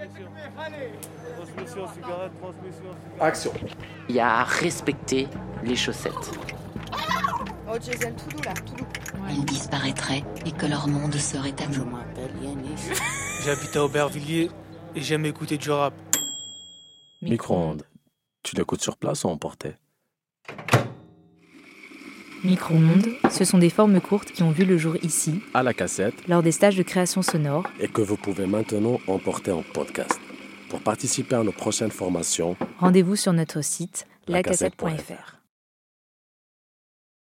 Action. Il y a à respecter les chaussettes. Oh Jason, tout doux là, tout doux. Ils disparaîtraient et que leur monde serait à nous. J'habite à Aubervilliers et j'aime écouter du rap. Micro-ondes. Tu l'écoutes sur place ou emporté? Micro-ondes, ce sont des formes courtes qui ont vu le jour ici, À la cassette, lors des stages de création sonore, et que vous pouvez maintenant emporter en podcast. Pour participer à nos prochaines formations, rendez-vous sur notre site lacassette.fr. lacassette.fr.